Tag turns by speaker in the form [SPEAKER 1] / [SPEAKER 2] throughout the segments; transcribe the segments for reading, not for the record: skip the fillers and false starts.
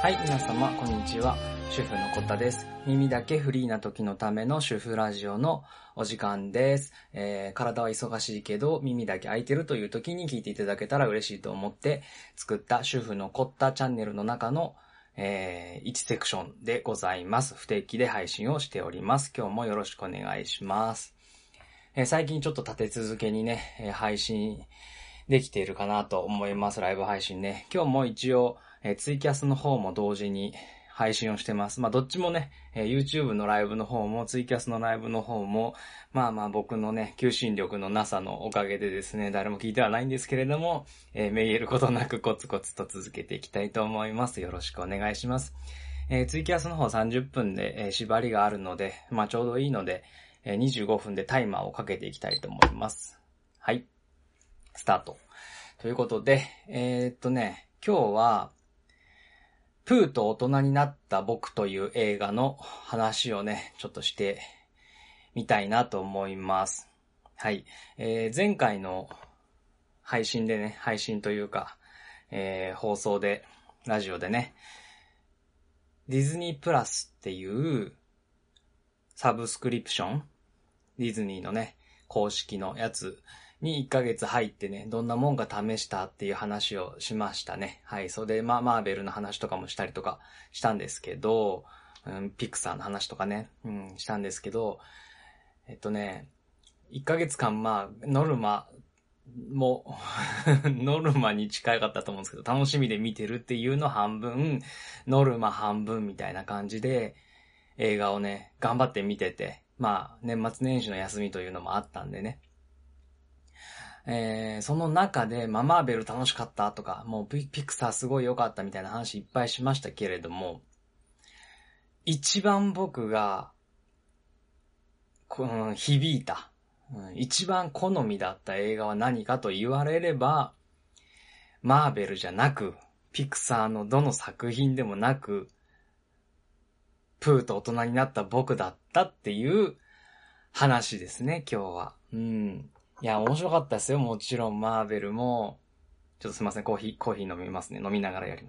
[SPEAKER 1] はい、皆様、こんにちは。主婦のこったです。耳だけフリーな時のための主婦ラジオのお時間です。体は忙しいけど、耳だけ空いてるという時に聞いていただけたら嬉しいと思って作った主婦のこったチャンネルの中の、1セクションでございます。不定期で配信をしております。今日もよろしくお願いします。最近ちょっと立て続けにね、配信できているかなと思います。ライブ配信ね。今日も一応、ツイキャスの方も同時に配信をしてます。どっちもね、YouTube のライブの方も、ツイキャスのライブの方も、僕のね、求心力のなさのおかげでですね、誰も聞いてはないんですけれども、めいえることなくコツコツと続けていきたいと思います。よろしくお願いします。ツイキャスの方30分で、縛りがあるので、ちょうどいいので、25分でタイマーをかけていきたいと思います。はい。スタート。ということで、今日は、プーと大人になった僕という映画の話をね、ちょっとしてみたいなと思います。はい。前回の配信でね、配信というか、放送で、ラジオでね、ディズニープラスっていうサブスクリプション、ディズニーのね、公式のやつに1ヶ月入ってね、どんなもんか試したっていう話をしましたね。はい。それで、マーベルの話とかもしたりとかしたんですけど、ピクサーの話とかね、したんですけど、1ヶ月間ノルマも、ノルマに近かったと思うんですけど、楽しみで見てるっていうの半分、ノルマ半分みたいな感じで、映画をね、頑張って見てて、年末年始の休みというのもあったんでね。その中で、マーベル楽しかったとか、もうピクサーすごい良かったみたいな話いっぱいしましたけれども、一番僕が、響いた、一番好みだった映画は何かと言われれば、マーベルじゃなく、ピクサーのどの作品でもなく、プーと大人になった僕だったっていう話ですね、今日は。いや、面白かったですよ。もちろん、マーベルも。ちょっとすいません、コーヒー飲みますね。飲みながらやります。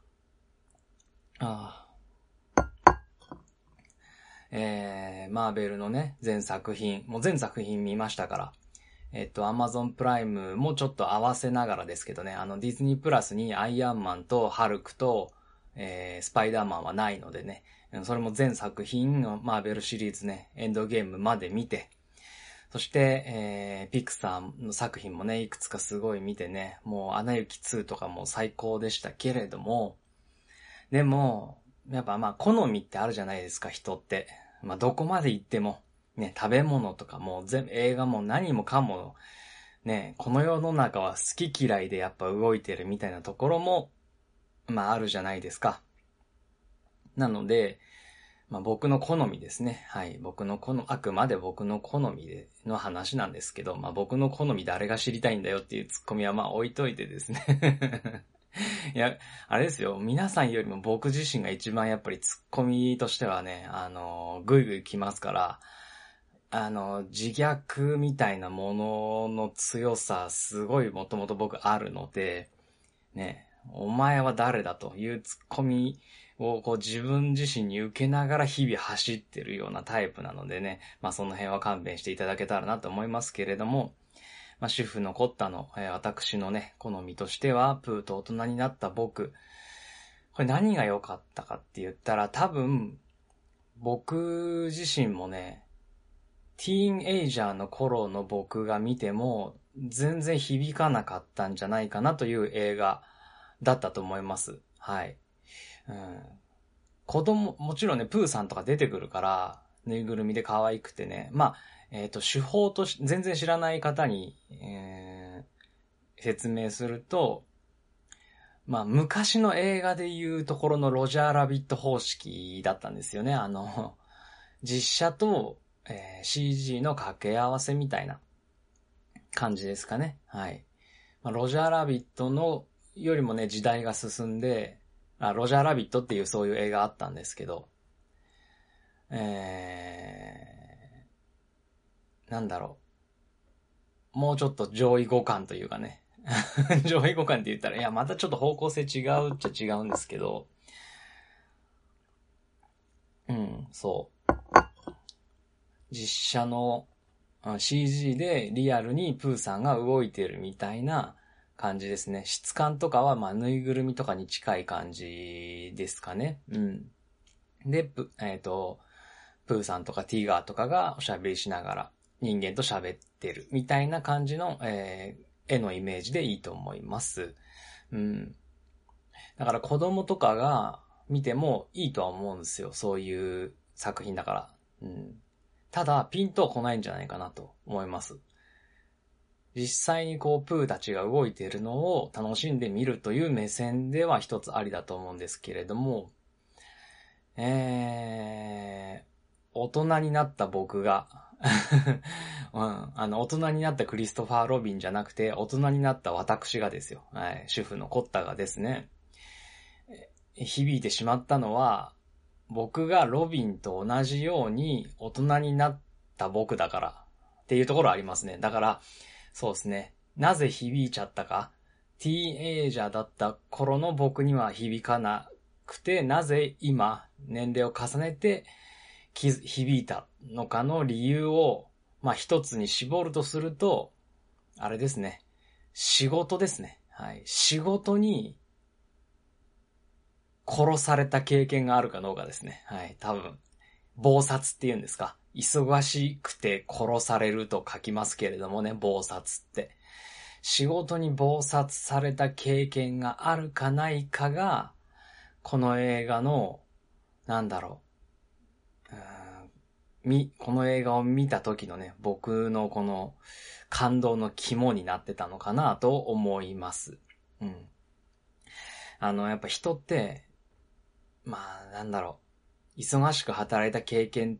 [SPEAKER 1] マーベルのね、全作品見ましたから。Amazon プライムもちょっと合わせながらですけどね、ディズニープラスにアイアンマンとハルクと、スパイダーマンはないのでね、それも全作品のマーベルシリーズね、エンドゲームまで見て、そして、ピクサーの作品もね、いくつかすごい見てね、もうアナ雪2とかも最高でしたけれども、でも、やっぱ好みってあるじゃないですか、人って。どこまで行っても、ね、食べ物とかも映画も何もかも、ね、この世の中は好き嫌いでやっぱ動いてるみたいなところも、あるじゃないですか。なので、僕の好みですね。はい。あくまで僕の好みの話なんですけど、僕の好み誰が知りたいんだよっていうツッコミは置いといてですね。いや、あれですよ。皆さんよりも僕自身が一番やっぱりツッコミとしてはね、ぐいぐい来ますから、自虐みたいなものの強さ、すごいもともと僕あるので、ね、お前は誰だというツッコミを自分自身に受けながら日々走ってるようなタイプなのでね、その辺は勘弁していただけたらなと思いますけれども、主婦のコッタの、私のね、好みとしては、プーと大人になった僕。これ何が良かったかって言ったら、多分、僕自身もね、ティーンエイジャーの頃の僕が見ても、全然響かなかったんじゃないかなという映画だったと思います。はい。子供、もちろんね、プーさんとか出てくるから、ぬいぐるみで可愛くてね、手法とし、全然知らない方に、説明すると、昔の映画でいうところのロジャーラビット方式だったんですよね。実写と、CG の掛け合わせみたいな感じですかね。はい。ロジャーラビットのよりもね、時代が進んで、ロジャーラビットっていうそういう映画あったんですけど、なんだろう。もうちょっと上位互換というかね。上位互換って言ったら、いや、またちょっと方向性違うっちゃ違うんですけど、 そう。実写のCG でリアルにプーさんが動いてるみたいな感じですね。質感とかは、まあ、ぬいぐるみとかに近い感じですかね。うん。で、プーさんとかティガーとかがおしゃべりしながら人間と喋ってるみたいな感じの、絵のイメージでいいと思います。うん。だから子供とかが見てもいいとは思うんですよ。そういう作品だから。うん。ただ、ピンとは来ないんじゃないかなと思います。実際にこう、プーたちが動いているのを楽しんでみるという目線では一つありだと思うんですけれども、大人になった僕が、うん、大人になったクリストファー・ロビンじゃなくて、大人になった私がですよ。はい、主婦のコッタがですね、響いてしまったのは、僕がロビンと同じように大人になった僕だからっていうところありますね。だから、そうですね。なぜ響いちゃったか。ティーンエイジャーだった頃の僕には響かなくて、なぜ今、年齢を重ねて響いたのかの理由を、まあ一つに絞るとすると、あれですね。仕事ですね。はい。仕事に殺された経験があるかどうかですね。はい。多分。謀殺って言うんですか。忙しくて殺されると書きますけれどもね、謀殺って。仕事に謀殺された経験があるかないかが、この映画の、なんだろう。この映画を見た時のね、僕のこの感動の肝になってたのかなと思います。うん。やっぱ人って、まあ、なんだろう。忙しく働いた経験って、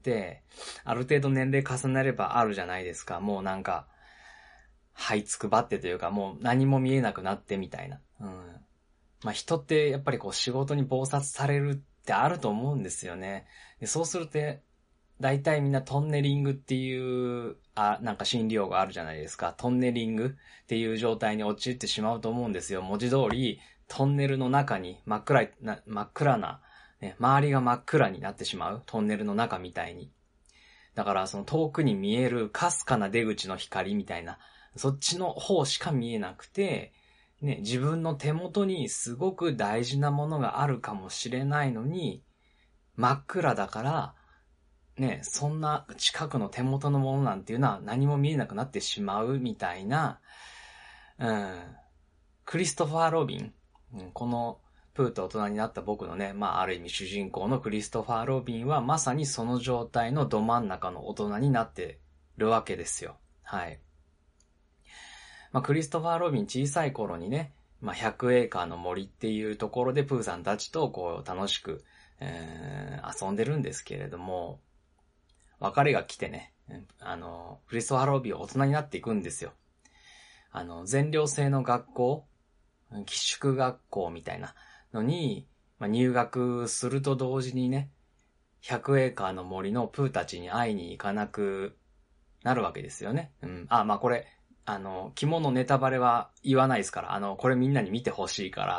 [SPEAKER 1] ある程度年齢重ねればあるじゃないですか。もうなんか、這いつくばってというか、もう何も見えなくなってみたいな。うん。まあ人ってやっぱりこう仕事に忙殺されるってあると思うんですよね。でそうすると、大体みんなトンネリングっていう、なんか診療があるじゃないですか。トンネリングっていう状態に陥ってしまうと思うんですよ。文字通り、トンネルの中に真っ暗な、ね、周りが真っ暗になってしまう。トンネルの中みたいに。だからその遠くに見えるかすかな出口の光みたいな、そっちの方しか見えなくて、ね、自分の手元にすごく大事なものがあるかもしれないのに、真っ暗だから、ね、そんな近くの手元のものなんていうのは何も見えなくなってしまうみたいな、うん、クリストファー・ロビン、このプーと大人になった僕のね、まあある意味主人公のクリストファー・ロビンはまさにその状態のど真ん中の大人になってるわけですよ。はい。まあクリストファー・ロビン小さい頃にね、まあ100エーカーの森っていうところでプーさんたちとこう楽しく、遊んでるんですけれども、別れが来てね、クリストファー・ロビンは大人になっていくんですよ。全寮制の学校、寄宿学校みたいなのに、まあ、入学すると同時にね、100エーカーの森のプーたちに会いに行かなくなるわけですよね。うん。まあこれ、肝のネタバレは言わないですから、これみんなに見てほしいから、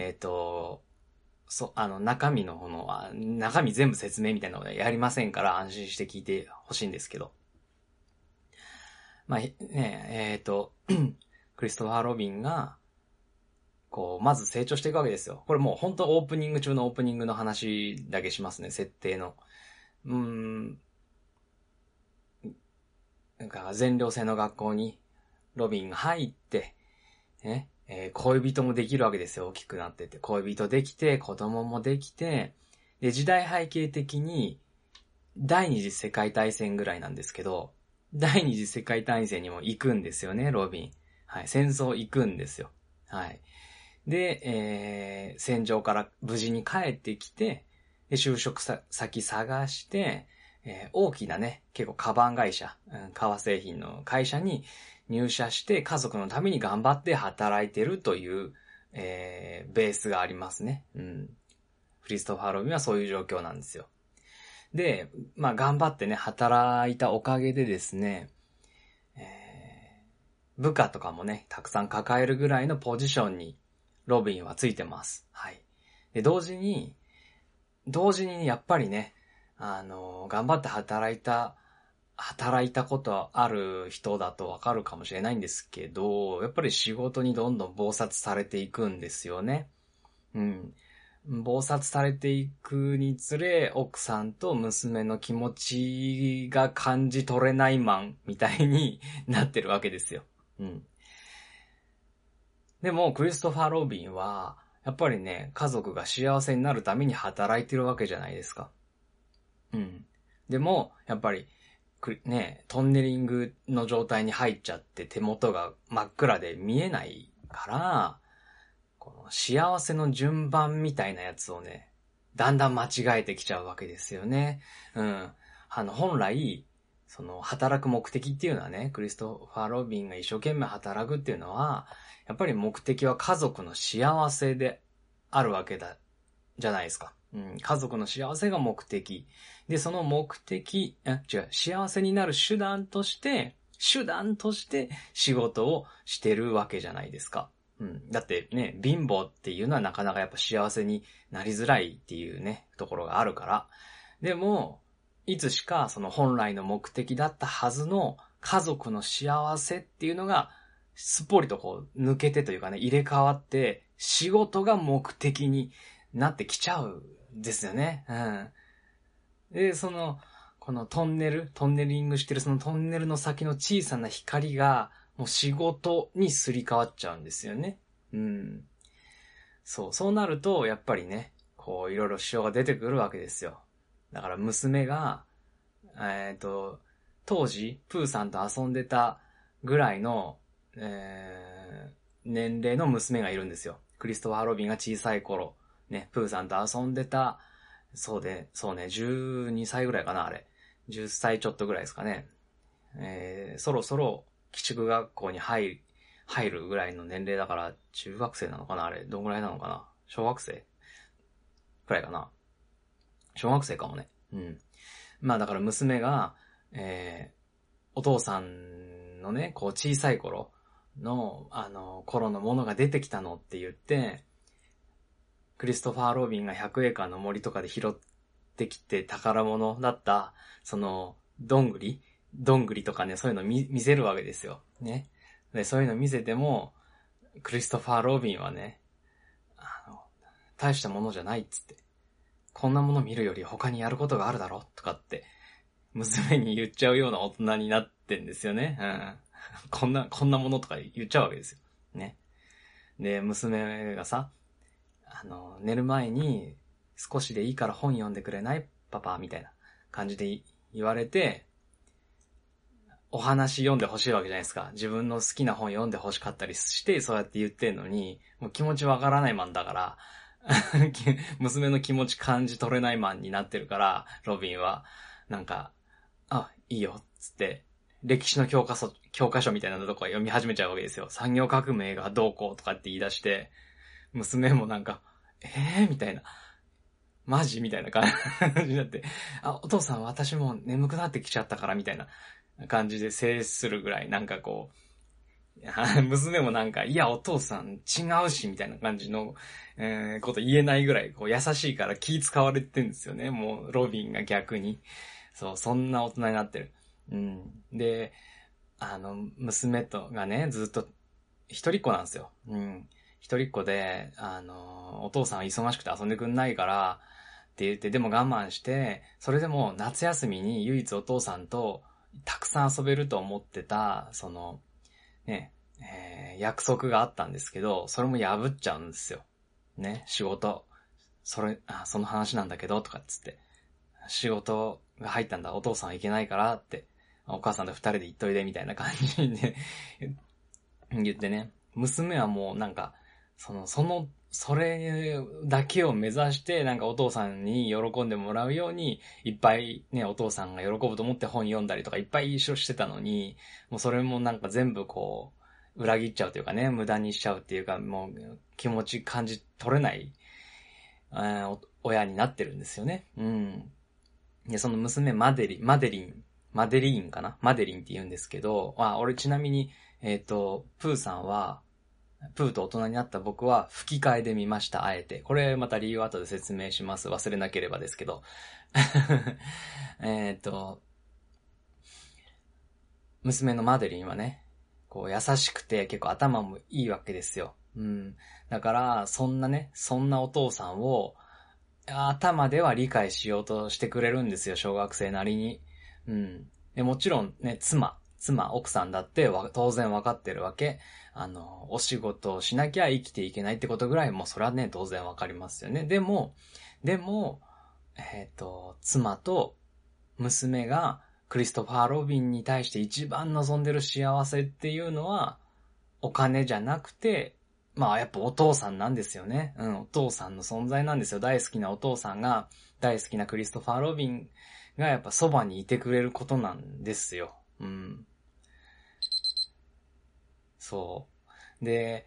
[SPEAKER 1] 中身の方のは、中身全部説明みたいなのはやりませんから安心して聞いてほしいんですけど。まあ、ね、クリストファー・ロビンが、こう、まず成長していくわけですよ。これもう本当オープニング中のオープニングの話だけしますね、設定の。なんか全寮制の学校にロビンが入って、ね、恋人もできるわけですよ、大きくなってて。恋人できて、子供もできて、で、時代背景的に、第二次世界大戦ぐらいなんですけど、第二次世界大戦にも行くんですよね、ロビン。はい、戦争行くんですよ。はい。で、戦場から無事に帰ってきて、で就職先探して、大きなね、結構カバン会社、革製品の会社に入社して家族のために頑張って働いてるという、ベースがありますね。うん。クリストファー・ロビンはそういう状況なんですよ。で、まあ頑張ってね、働いたおかげでですね、部下とかもね、たくさん抱えるぐらいのポジションにロビンはついてます。はい。で、同時にやっぱりね、 頑張って働いたことある人だとわかるかもしれないんですけど、やっぱり仕事にどんどん忙殺されていくんですよね。うん。忙殺されていくにつれ、奥さんと娘の気持ちが感じ取れないマンみたいになってるわけですよ。うん。でも、クリストファー・ロビンは、やっぱりね、家族が幸せになるために働いてるわけじゃないですか。うん。でも、やっぱり、ね、トンネリングの状態に入っちゃって手元が真っ暗で見えないから、この幸せの順番みたいなやつをね、だんだん間違えてきちゃうわけですよね。うん。本来、働く目的っていうのはね、クリストファー・ロビンが一生懸命働くっていうのは、やっぱり目的は家族の幸せであるわけだ、じゃないですか。うん。家族の幸せが目的。で、その目的、幸せになる手段として仕事をしてるわけじゃないですか。うん。だってね、貧乏っていうのはなかなかやっぱ幸せになりづらいっていうね、ところがあるから。でも、いつしかその本来の目的だったはずの家族の幸せっていうのが、すっぽりとこう抜けてというかね、入れ替わって、仕事が目的になってきちゃうんですよね。うん。で、このトンネリングしてるそのトンネルの先の小さな光が、もう仕事にすり替わっちゃうんですよね。うん。そうなると、やっぱりね、こう、いろいろ支障が出てくるわけですよ。だから娘が、当時、プーさんと遊んでたぐらいの、年齢の娘がいるんですよ。クリストファー・ロビンが小さい頃、ね、プーさんと遊んでた、そうね、12歳ぐらいかな、あれ。10歳ちょっとぐらいですかね。そろそろ、寄宿学校に入るぐらいの年齢だから、中学生なのかな、あれ。どんぐらいなのかな。小学生くらいかな。小学生かもね。うん。まあだから娘が、お父さんのね、こう小さい頃の、頃のものが出てきたのって言って、クリストファー・ロビンが100エーカーの森とかで拾ってきて宝物だった、どんぐりとかね、そういうの見せるわけですよ。ね。で、そういうの見せても、クリストファー・ロビンはね、大したものじゃないっつって、こんなもの見るより他にやることがあるだろとかって、娘に言っちゃうような大人になってんですよね。うん。こんなものとか言っちゃうわけですよ。ね。で、娘がさ、寝る前に少しでいいから本読んでくれないパパみたいな感じで言われて、お話読んでほしいわけじゃないですか。自分の好きな本読んでほしかったりして、そうやって言ってんのに、もう気持ちわからないマンだから、娘の気持ち感じ取れないマンになってるから、ロビンは、なんか、いいよ、つって、歴史の教科書みたいなのとか読み始めちゃうわけですよ。産業革命がどうこうとかって言い出して、娘もなんか、みたいな。マジみたいな感じになって、お父さん私も眠くなってきちゃったからみたいな感じで制するぐらい、なんかこう、娘もなんか、いやお父さん違うしみたいな感じの、こと言えないぐらい、こう優しいから気使われてんですよね。もうロビンが逆に。そう、そんな大人になってる。うん。で、娘とがね、ずっと一人っ子なんですよ。うん。一人っ子で、お父さんは忙しくて遊んでくんないから、って言って、でも我慢して、それでも夏休みに唯一お父さんとたくさん遊べると思ってた、ね、約束があったんですけど、それも破っちゃうんですよ。ね、仕事。その話なんだけど、とかっつって。仕事が入ったんだ、お父さんはいけないからって、お母さんと二人で言っといで、みたいな感じで言ってね。娘はもうなんか、それだけを目指して、なんかお父さんに喜んでもらうように、いっぱいね、お父さんが喜ぶと思って本読んだりとかいっぱい一緒してたのに、もうそれもなんか全部こう、裏切っちゃうというかね、無駄にしちゃうっていうか、もう気持ち感じ取れない、親になってるんですよね。うん。で、その娘マデリーンかなマデリンって言うんですけど、俺ちなみに、プーさんは、 プーと大人になった僕は吹き替えで見ました、あえて。これまた理由後で説明します。忘れなければですけど。娘のマデリンはね、こう優しくて結構頭もいいわけですよ。うん。だから、そんなお父さんを、頭では理解しようとしてくれるんですよ、小学生なりに。うん。で、もちろんね、奥さんだって当然わかってるわけ。お仕事をしなきゃ生きていけないってことぐらい、もうそれはね、当然わかりますよね。でも、妻と娘がクリストファー・ロビンに対して一番望んでる幸せっていうのは、お金じゃなくて、まあやっぱお父さんなんですよね。うん、お父さんの存在なんですよ。大好きなお父さんが、大好きなクリストファー・ロビンがやっぱそばにいてくれることなんですよ。うん。そう。で、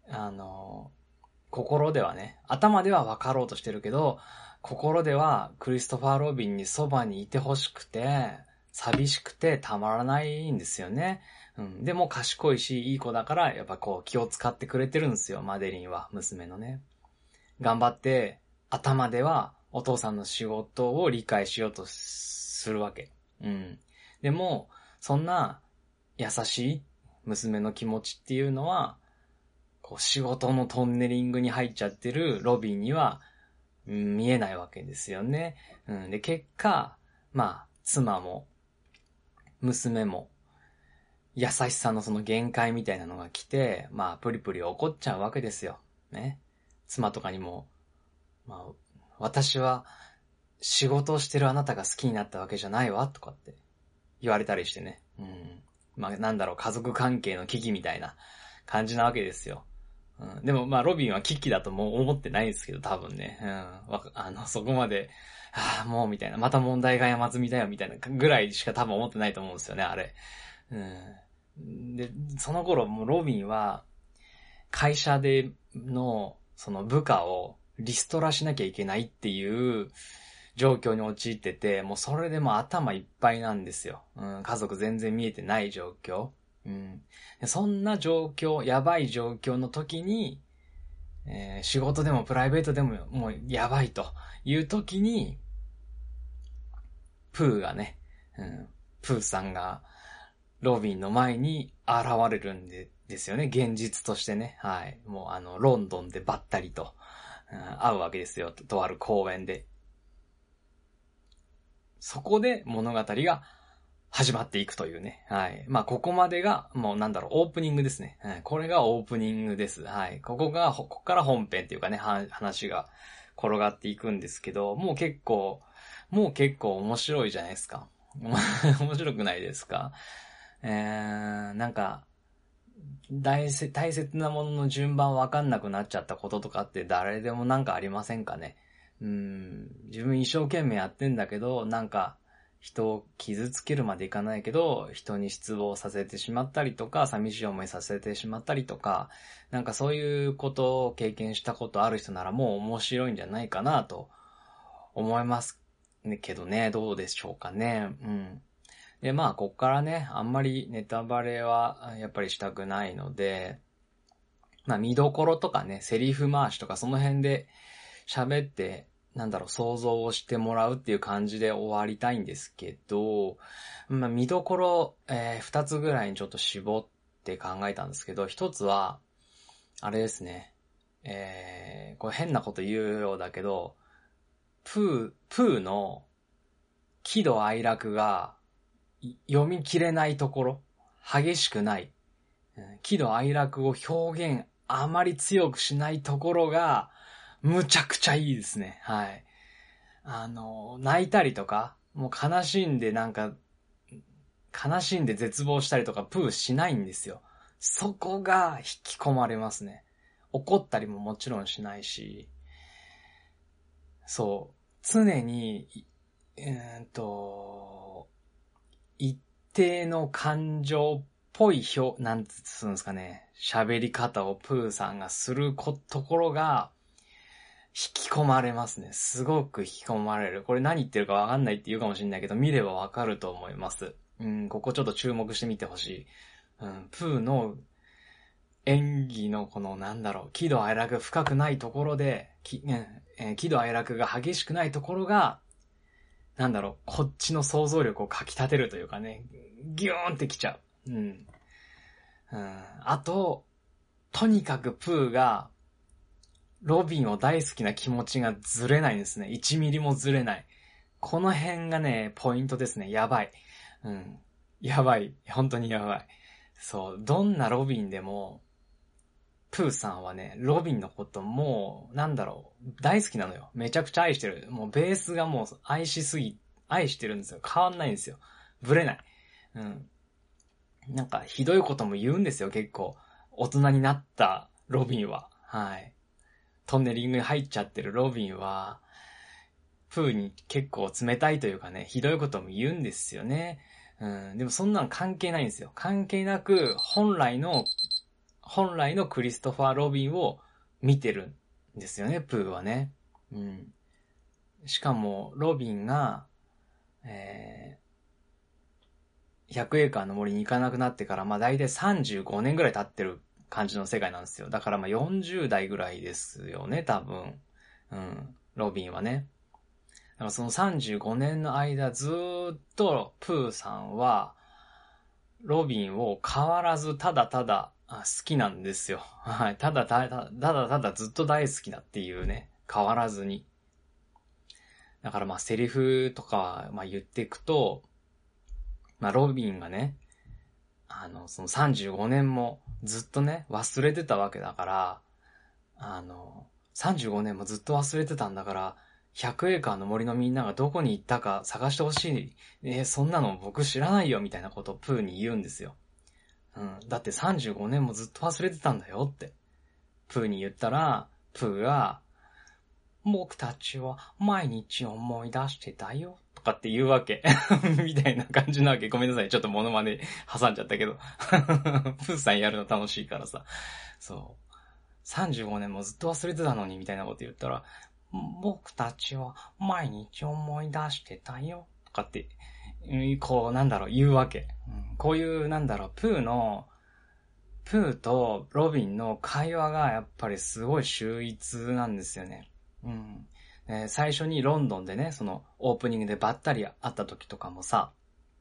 [SPEAKER 1] 心ではね、頭では分かろうとしてるけど、心ではクリストファー・ロビンにそばにいてほしくて、寂しくてたまらないんですよね。うん。でも賢いし、いい子だから、やっぱこう気を使ってくれてるんですよ、マデリンは、娘のね。頑張って、頭ではお父さんの仕事を理解しようとするわけ。うん。でも、そんな優しい娘の気持ちっていうのは、こう仕事のトンネリングに入っちゃってるロビンには、見えないわけですよね。うん。で、結果、まあ、妻も、娘も、優しさのその限界みたいなのが来て、まあ、プリプリ怒っちゃうわけですよ。ね。妻とかにも、まあ、私は仕事をしてるあなたが好きになったわけじゃないわ、とかって言われたりしてね。うん。まあ、なんだろう、家族関係の危機みたいな感じなわけですよ。うん、でもまあ、ロビンは危機だとも思ってないんですけど、多分ね。うん。そこまで、もうみたいな、また問題が山積みだよみたいなぐらいしか多分思ってないと思うんですよね、あれ。うん。で、その頃もうロビンは、会社その部下をリストラしなきゃいけないっていう状況に陥ってて、もうそれでもう頭いっぱいなんですよ。うん、家族全然見えてない状況。うん。そんな状況、やばい状況の時に、仕事でもプライベートでももうやばいという時に、プーがね、うん、プーさんがロビンの前に現れるですよね。現実としてね。はい。もうロンドンでばったりと、会うわけですよ。とある公園で。そこで物語が始まっていくというね。はい。まあ、ここまでが、もうなんだろう、オープニングですね。はい。これがオープニングです。はい。ここから本編っていうかね、話が転がっていくんですけど、もう結構面白いじゃないですか。面白くないですか？なんか、大切なものの順番わかんなくなっちゃったこととかって誰でもなんかありませんかね？自分一生懸命やってんだけど、なんか、人を傷つけるまでいかないけど、人に失望させてしまったりとか、寂しい思いさせてしまったりとか、なんかそういうことを経験したことある人ならもう面白いんじゃないかなと思いますけどね、どうでしょうかね。うん。で、まあ、こっからね、あんまりネタバレはやっぱりしたくないので、まあ、見どころとかね、セリフ回しとかその辺で喋って、なんだろう、想像をしてもらうっていう感じで終わりたいんですけど、まあ、見どころ、二つぐらいにちょっと絞って考えたんですけど、一つは、あれですね、これ変なこと言うようだけど、プーの喜怒哀楽が読み切れないところ、激しくない、喜怒哀楽を表現あまり強くしないところが、むちゃくちゃいいですね。はい。泣いたりとか、もう悲しんで絶望したりとか、プーしないんですよ。そこが引き込まれますね。怒ったりももちろんしないし、そう。常に、一定の感情っぽいなんつうんですかね、喋り方をプーさんがするところが、引き込まれますね。すごく引き込まれる。これ何言ってるかわかんないって言うかもしれないけど、見ればわかると思います。ここちょっと注目してみてほしい。プーの演技のこの喜怒哀楽深くないところで、喜怒哀楽が激しくないところが、こっちの想像力をかき立てるというかね、ギューンってきちゃう。あと、とにかくプーが、ロビンを大好きな気持ちがずれないんですね。1ミリもずれない。この辺がね、ポイントですね。やばい。やばい。本当にやばい。そう、どんなロビンでも、プーさんはね、ロビンのこともう、大好きなのよ。めちゃくちゃ愛してる。もうベースがもう愛してるんですよ。変わんないんですよ。ぶれない。ひどいことも言うんですよ、結構。大人になったロビンは。はい。トンネリングに入っちゃってるロビンは、プーに結構冷たいというかね、ひどいことも言うんですよね。でもそんなの関係ないんですよ。関係なく、本来のクリストファー・ロビンを見てるんですよね、プーはね。しかも、ロビンが、100エーカーの森に行かなくなってから、だいたい35年ぐらい経ってる感じの世界なんですよ。だから40代ぐらいですよね、多分。ロビンはね。だからその35年の間ずーっとプーさんは、ロビンを変わらずただただ好きなんですよ。はい。ただずっと大好きだっていうね。変わらずに。だからセリフとか言っていくと、ロビンがね、その35年もずっとね、忘れてたわけだから、35年もずっと忘れてたんだから、100エーカーの森のみんながどこに行ったか探してほしい。そんなの僕知らないよみたいなことをプーに言うんですよ。だって35年もずっと忘れてたんだよって。プーに言ったら、プーが、僕たちは毎日思い出してたよ。とかって言うわけ。みたいな感じなわけ。ごめんなさい。ちょっとモノマネ挟んじゃったけど。プーさんやるの楽しいからさ。そう。35年もずっと忘れてたのに、みたいなこと言ったら、僕たちは毎日思い出してたよ。とかって、言うわけ。こういう、プーとロビンの会話がやっぱりすごい秀逸なんですよね。最初にロンドンでね、そのオープニングでばったり会った時とかもさ、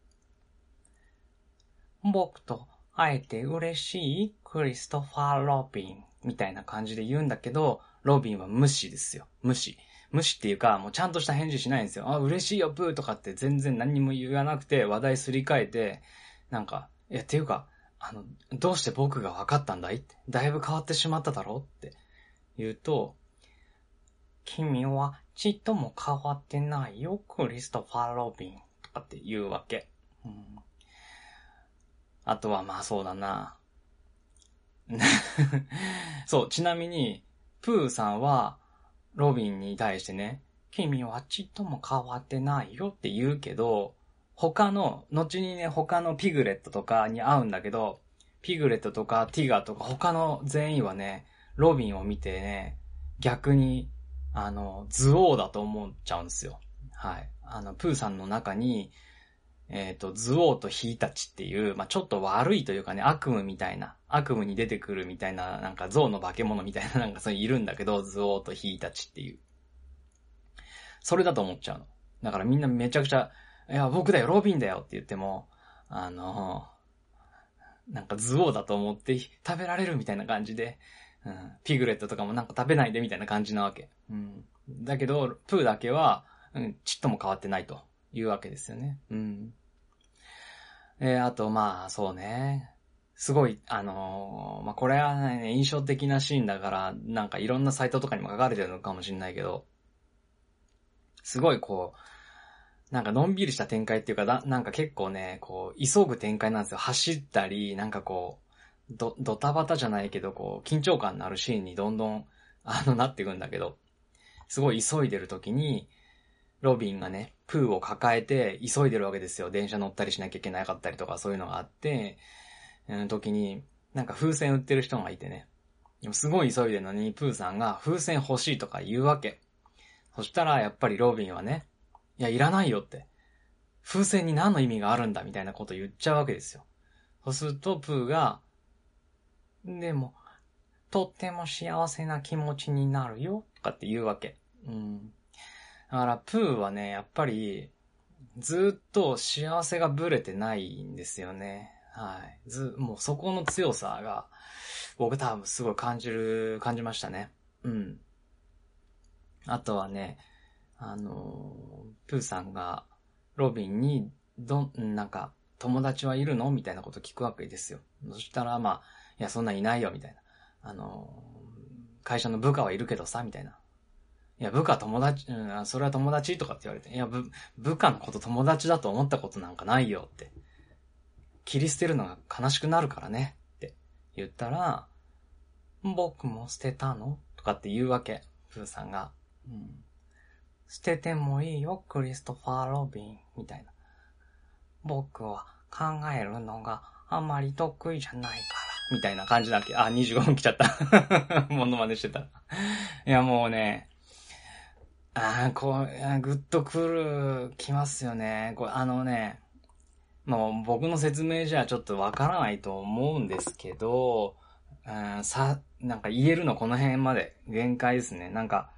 [SPEAKER 1] 僕と会えて嬉しいクリストファー・ロビンみたいな感じで言うんだけど、ロビンは無視ですよ。無視っていうか、もうちゃんとした返事しないんですよ。嬉しいよ、プーとかって全然何にも言わなくて、話題すり替えて、っていうか、どうして僕が分かったんだいって、だいぶ変わってしまっただろって言うと、君はちっとも変わってないよ、クリストファー・ロビンとかって言うわけ。あとはそうだな。そう、ちなみに、プーさんは、ロビンに対してね、君はちっとも変わってないよって言うけど、後にね、他のピグレットとかに会うんだけど、ピグレットとかティガとか他の全員はね、ロビンを見てね、逆に、ズオーだと思っちゃうんですよ。はい。プーさんの中に、ズオーとヒイタチっていう、ちょっと悪いというかね、悪夢に出てくるみたいな、ゾウの化け物みたいな、そういるんだけど、ズオーとヒイタチっていう。それだと思っちゃうの。だからみんなめちゃくちゃ、いや、僕だよ、ロビンだよって言っても、ズオーだと思って食べられるみたいな感じで、ピグレットとかも食べないでみたいな感じなわけ。だけど、プーだけは、ちっとも変わってないというわけですよね。あと、そうね。すごい、これはね、印象的なシーンだから、いろんなサイトとかにも書かれてるのかもしれないけど、すごいのんびりした展開っていうか、結構ね、急ぐ展開なんですよ。走ったり、ドタバタじゃないけど、緊張感のあるシーンにどんどん、なっていくんだけど、すごい急いでる時に、ロビンがね、プーを抱えて急いでるわけですよ。電車乗ったりしなきゃいけなかったりとかそういうのがあって、時に、風船売ってる人がいてね。でもすごい急いでるのに、プーさんが風船欲しいとか言うわけ。そしたら、やっぱりロビンはね、いや、いらないよって。風船に何の意味があるんだみたいなこと言っちゃうわけですよ。そうすると、プーが、 でも、とっても幸せな気持ちになるよ、とかって言うわけ。だから、プーはね、やっぱり、ずっと幸せがぶれてないんですよね。はい。もうそこの強さが、僕多分すごい感じましたね。あとはね、プーさんが、ロビンに、なんか、友達はいるのみたいなこと聞くわけですよ。そしたら、まあ、いや、そんなんいないよ、みたいな。会社の部下はいるけどさ、みたいな。いや、部下友達、それは友達とかって言われて、いや、部下のこと友達だと思ったことなんかないよって。切り捨てるのが悲しくなるからねって言ったら、僕も捨てたのとかって言うわけ。プーさんが。捨ててもいいよ、クリストファー・ロビン。みたいな。僕は考えるのがあまり得意じゃないから。みたいな感じだっけ。あ、25分来ちゃった。モノマネしてた。いや、もうね、ぐっときますよね。もう僕の説明じゃちょっとわからないと思うんですけど、なんか言えるのこの辺まで限界ですね。なんか、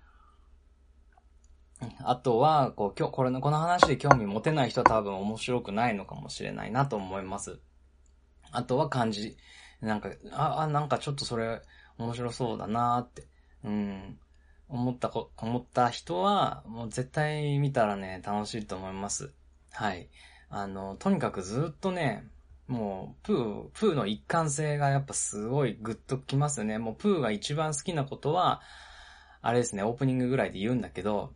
[SPEAKER 1] あとは、この話で興味持てない人は多分面白くないのかもしれないなと思います。あとはなんか、なんかちょっとそれ面白そうだなって、思った人は、もう絶対見たらね、楽しいと思います。はい。とにかくずっとね、もう、プーの一貫性がやっぱすごいグッときますね。もう、プーが一番好きなことは、あれですね、オープニングぐらいで言うんだけど、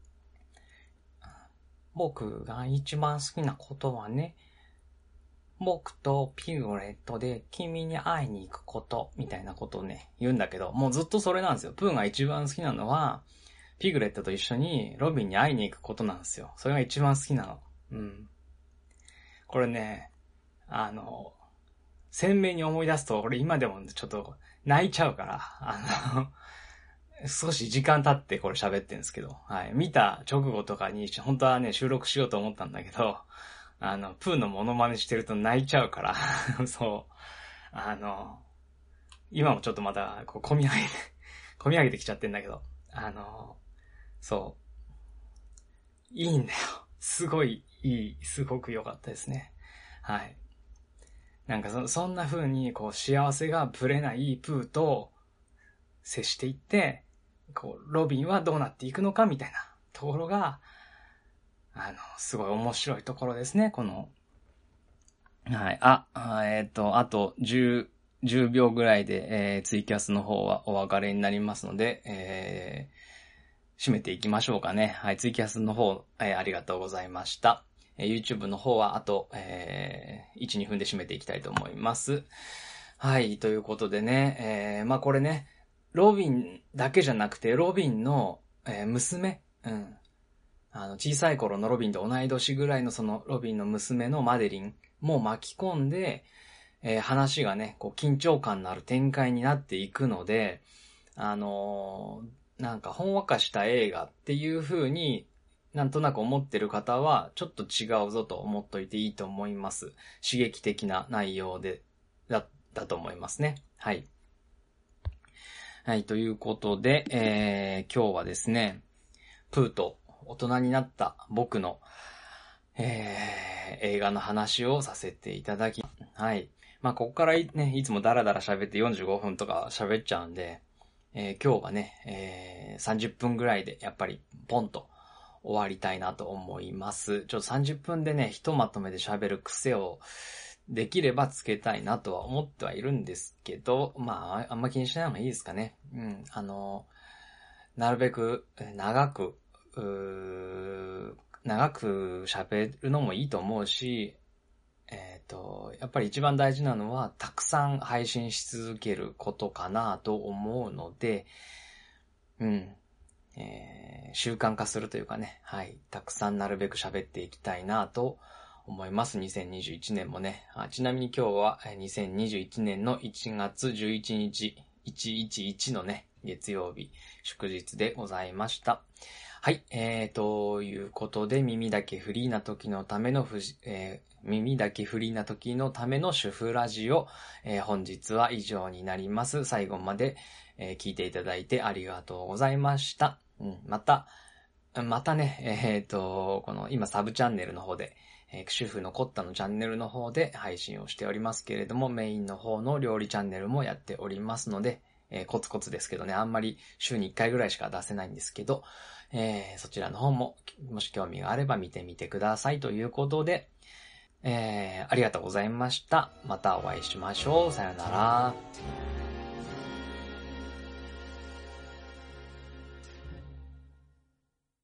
[SPEAKER 1] 僕が一番好きなことはね、僕とピグレットで君に会いに行くこと、みたいなことをね、言うんだけど、もうずっとそれなんですよ。プーが一番好きなのは、ピグレットと一緒にロビンに会いに行くことなんですよ。それが一番好きなの。これね、鮮明に思い出すと、俺今でもちょっと泣いちゃうから、少し時間経ってこれ喋ってるんですけど、はい。見た直後とかに、本当はね、収録しようと思ったんだけど、プーのモノマネしてると泣いちゃうからそう。今もちょっとまた、込み上げてきちゃってんだけど、そう。いいんだよ。すごいいい、すごく良かったですね。はい。なんかそんな風に、幸せがぶれないプーと接していって、ロビンはどうなっていくのかみたいなところが、すごい面白いところですね、この。はい。あと10秒ぐらいで、ツイキャスの方はお別れになりますので、締めていきましょうかね。はい。ツイキャスの方、ありがとうございました。YouTube の方はあと、1、2分で締めていきたいと思います。はい。ということでね、まあこれね、ロビンだけじゃなくて、ロビンの、娘、小さい頃のロビンと同い年ぐらいのそのロビンの娘のマデリンも巻き込んで、話がね、緊張感のある展開になっていくので、なんかほんわかした映画っていう風になんとなく思ってる方はちょっと違うぞと思っといていいと思います。刺激的な内容だと思いますね。はい。はい、ということで、今日はですね、プーと大人になった僕の、映画の話をさせていただき、はい。まあ、ここからね、いつもダラダラ喋って45分とか喋っちゃうんで、今日はね、30分ぐらいでやっぱりポンと終わりたいなと思います。ちょっと30分でね、ひとまとめで喋る癖をできればつけたいなとは思ってはいるんですけど、まあ、あんま気にしない方がいいですかね。なるべく長く喋るのもいいと思うし、やっぱり一番大事なのは、たくさん配信し続けることかなと思うので、習慣化するというかね、はい、たくさんなるべく喋っていきたいなと思います。2021年もね。ちなみに今日は2021年の1月11日、111のね、月曜日、祝日でございました。はい、ということで、耳だけフリーな時のための耳だけフリーな時のための主婦ラジオ、本日は以上になります。最後まで、聞いていただいてありがとうございました。またね、この今サブチャンネルの方で、主婦のコッタのチャンネルの方で配信をしておりますけれども、メインの方の料理チャンネルもやっておりますので、コツコツですけどね、あんまり週に1回ぐらいしか出せないんですけど、そちらの方も、もし興味があれば見てみてくださいということで、ありがとうございました。またお会いしましょう。さよなら。